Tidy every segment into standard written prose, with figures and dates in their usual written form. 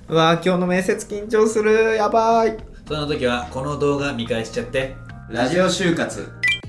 うわー今日の面接緊張する。やばい。 その時はこの動画見返しちゃって。 ラジオ就活。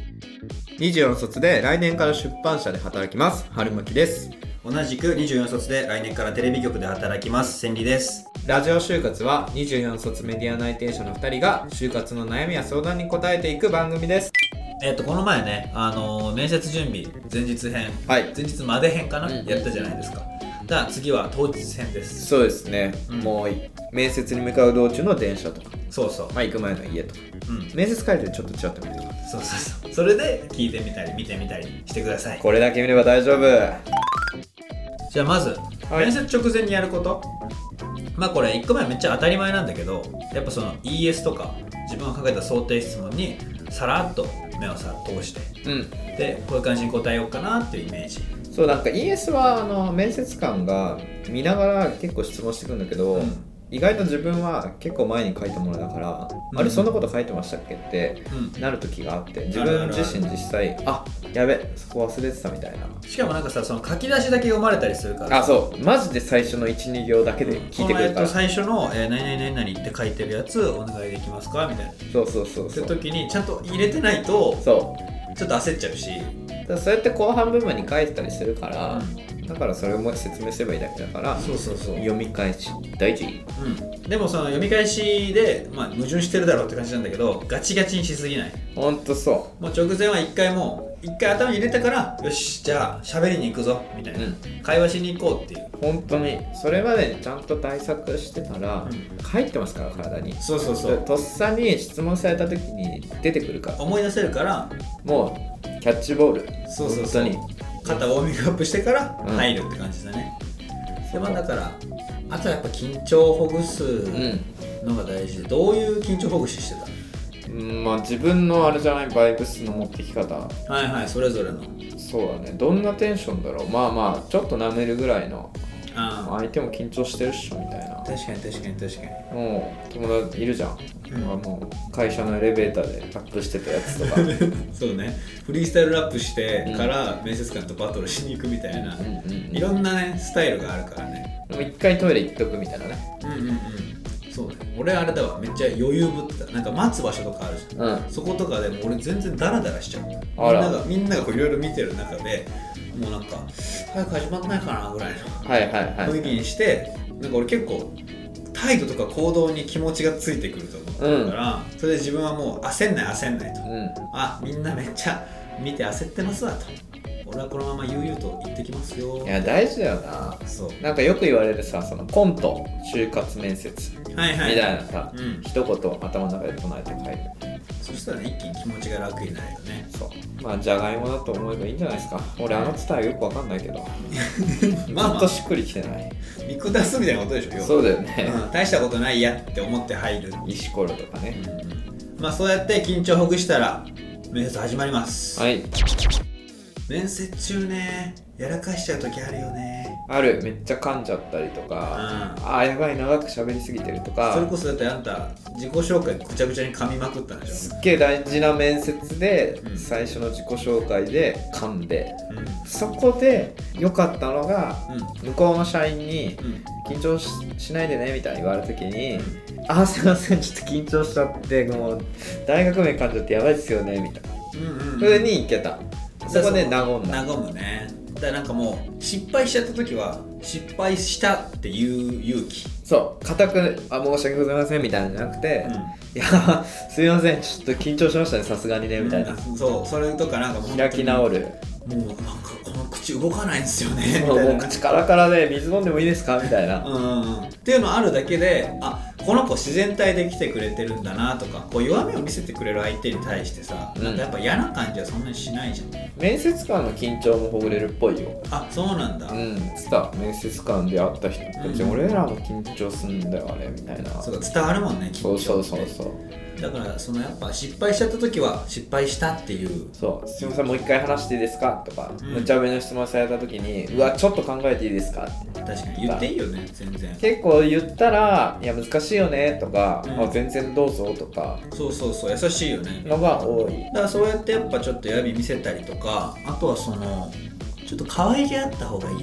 24卒で来年から出版社で働きます。春巻です。 同じく24卒で来年からテレビ局で働きます。千里です。 ラジオ就活は24卒メディア内定者の2人が就活の悩みや相談に答えていく番組です。 この前ね、面接準備前日編、 はい、 前日まで編かな、やったじゃないですか。だから次は当日編です。 そうですね、もう面接に向かう道中の電車とか、 そうそう、 行く前の家とか、面接会でちょっとちらっと見てとか、 そうそれで聞いてみたり見てみたりしてください。 これだけ見れば大丈夫。 じゃあまず、面接直前にやること、これ1個目はめっちゃ当たり前なんだけど、やっぱその ES とか自分が考えた想定質問にさらっと目を通して、でこういう感じに答えようかなっていうイメージ。 そう、なんか ES は面接官が見ながら結構質問してくるんだけど、意外と自分は結構前に書いたものだから、あれそんなこと書いてましたっけってなる時があって、自分自身実際やべそこ忘れてたみたいな。 しかもなんかさ、その書き出しだけ読まれたりするから、 そうマジで最初の 1,2 行だけで聞いてくるから、 最初の何々何々って書いてるやつお願いできますかみたいな。 そうって時にちゃんと入れてないとちょっと焦っちゃうし、 そうやって後半部分に書いてたりするから、だからそれも説明すればいいだけだから、読み返し大事。 でもその読み返しで、矛盾してるだろうって感じなんだけど、ガチガチにしすぎない。 ほんとそう。 もう直前は一回頭に入れてから、よしじゃあ喋りに行くぞみたいな、会話しに行こうっていう。 本当にそれまでにちゃんと対策してたら、入ってますから体に。 そうとっさに質問された時に出てくるから、 思い出せるから、 もうキャッチボール。本当に肩をウォーミングアップしてから入るって感じだね。でだからあとはやっぱ緊張をほぐすのが大事で、どういう緊張ほぐししてた？ 自分のあれじゃない、バイブスの持ってき方。 それぞれの。 そうだね、どんなテンションだろう。ちょっと舐めるぐらいの、相手も緊張してるっしょみたいな。 確かにもう友達いるじゃん、もう会社のエレベーターでラップしてたやつとかそうね、フリースタイルラップしてから面接官とバトルしに行くみたいな、いろんなねスタイルがあるからね。 でも一回トイレ行っとくみたいなね。 そうね、俺あれだわ、めっちゃ余裕ぶってた。なんか待つ場所とかあるじゃん、そことかでも俺全然ダラダラしちゃう。みんながいろいろ見てる中で、もうなんか早く始まんないかなぐらいの雰囲気にして、なんか俺結構態度とか行動に気持ちがついてくると思ったから、それで自分はもう焦んないと、みんなめっちゃ見て焦ってますわと、俺はこのまま悠々と行ってきますよ。 いや大事だよな。なんかよく言われるさ、そのコント就活面接みたいなさ、一言頭の中で唱えて帰る。 そしたら一気に気持ちが楽になるよね。 じゃがいもだと思えばいいんじゃないですか。俺あの伝えよくわかんないけどずっとしっくりきてない。 見下すみたいなことでしょ。 そうだよね、 大したことないやって思って入る。 石ころとかね。 そうやって緊張ほぐしたら面接始まります。面接中ね、やらかしちゃう時あるよね。 ある。めっちゃ噛んじゃったりとか、やばい長く喋りすぎてるとか。 それこそだってあんた自己紹介ぐちゃぐちゃに噛みまくったんでしょ。 すっげえ大事な面接で、最初の自己紹介で噛んで、そこで良かったのが、向こうの社員に、緊張 しないでねみたいに言われた時に、すいませんちょっと緊張しちゃって、もう大学名噛んじゃってやばいっすよねみたいな風にいけた。そこで和むね。だからなんかもう失敗しちゃった時は失敗したっていう勇気。 固く申し訳ございませんみたいなんじゃなくて、いやすいませんちょっと緊張しましたねさすがにねみたいな。 それとかなんかもう開き直る。 もうなんかこの口動かないんですよねみたいな。もう口カラカラで水飲んでもいいですかみたいなっていうのあるだけで、この子自然体で来てくれてるんだなとか、こう弱みを見せてくれる相手に対してさ、なんかやっぱ嫌な感じはそんなにしないじゃん。 面接官の緊張もほぐれるっぽいよ。 そうなんだ。 面接官で会った人たち、俺らも緊張すんだよあれみたいな。 伝わるもんね、緊張って。 そうだからやっぱ失敗しちゃった時は失敗したっていう。 すいませんもう一回話していいですかとか、無茶目の質問された時に、うわちょっと考えていいですかって。 確かに言っていいよね。全然結構言ったら、いや難しいよねとか、全然どうぞとか、 そう優しいよねのが多い。 だからそうやってやっぱちょっと弱み見せたりとか、あとはそのちょっと可愛げあった方がいいな。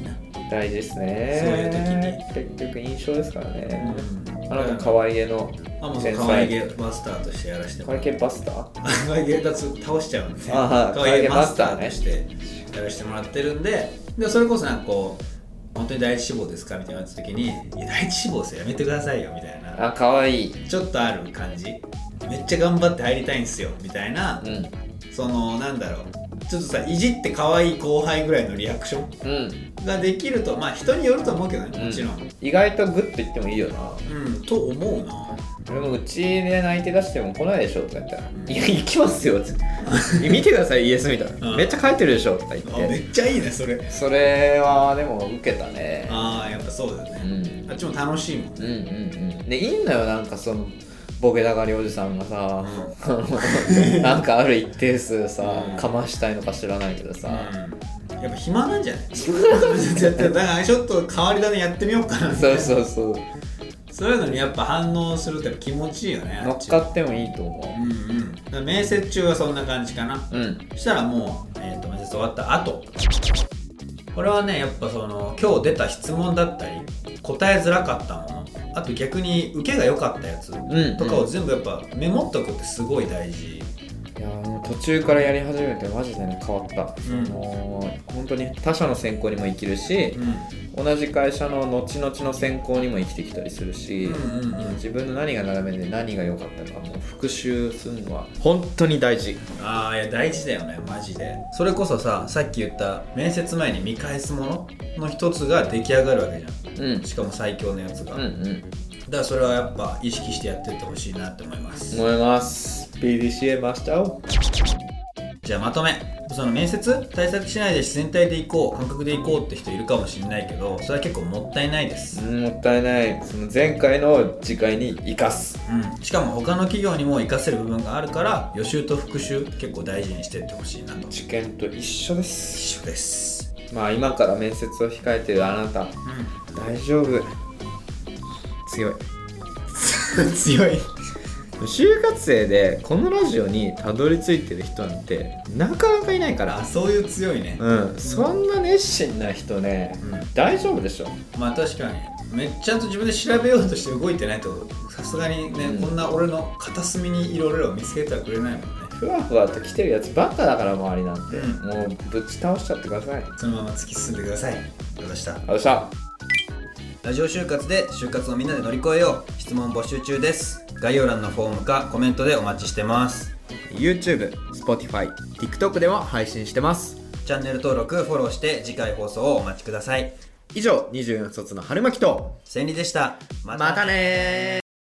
大事ですね。 そういう時に結局印象ですからね、 うん、 あなた可愛げの天才可愛げバスターとしてやらせてもらって、 可愛げバスター可愛げだと倒しちゃうんで、 可愛げバスターとしてやらせてもらってるんで、それこそなんかこう本当に第一志望ですかみたいな時に、いや第一志望ですよやめてくださいよみたいな、 あ、可愛いちょっとある感じ、めっちゃ頑張って入りたいんすよみたいな、そのなんだろう、ちょっとさいじって可愛い後輩ぐらいのリアクションができると、まあ人によると思うけどね、もちろん、 意外とグッと言ってもいいよな、 と思うな。 俺もうちで泣いて出しても来ないでしょとか言ったら、いや行きますよって見てください ES みたいな、めっちゃ書いてるでしょとか言って、 めっちゃいいねそれ。 それはでも受けたね。 ああやっぱそうだよね、あっちも楽しいもんね。 でいいんだよ、なんかそのボケたがりおじさんがさ、なんかある一定数さ、かましたいのか知らないけどさ、 やっぱ暇なんじゃないだからちょっと変わり種やってみようかな。 そうそうそう、 そういうのにやっぱ反応するとやっぱ気持ちいいよね。 乗っかってもいいと思う。面接中はそんな感じかな。したらもう、面接終わった後、これはねやっぱその今日出た質問だったり答えづらかったもの、あと逆に受けが良かったやつとかを全部やっぱメモっとくってすごい大事。 いや途中からやり始めてマジでね変わった、本当に他社の選考にも生きるし、同じ会社の後々の選考にも生きてきたりするし、自分の何が斜めで何が良かったかもう復習するのは本当に大事。 ああいや大事だよねマジで。それこそさっき言った面接前に見返すものの一つが出来上がるわけじゃん、しかも最強のやつが、だからそれはやっぱ意識してやっていってほしいなって思います。PDCA マスターを。じゃあまとめ。その面接対策しないで自然体で行こう、感覚で行こうって人いるかもしれないけど、それは結構もったいないです。 もったいない。その前回の次回に生かす、 しかも他の企業にも生かせる部分があるから予習と復習結構大事にしていってほしいなと。 受験と一緒です。 一緒です。 まあ今から面接を控えてるあなた、大丈夫、強い強い。 就活生でこのラジオにたどり着いてる人なんてなかなかいないから。 あ、そういう強いね。 そんな熱心な人ね、大丈夫でしょ。 まあ確かにめっちゃと自分で調べようとして動いてないとさすがにね、こんな俺の片隅にいろいろ見つけてはくれないもんね。 ふわふわと来てるやつばっかだから周りなんて、もうぶち倒しちゃってください。 そのまま突き進んでください。ありがとうございました。 ありがとうございました。 ラジオ就活で就活をみんなで乗り越えよう。質問募集中です。概要欄のフォームかコメントでお待ちしてます。 YouTube、Spotify、TikTok でも配信してます。 チャンネル登録フォローして次回放送をお待ちください。 以上24卒の春巻と千里でした。 またねー。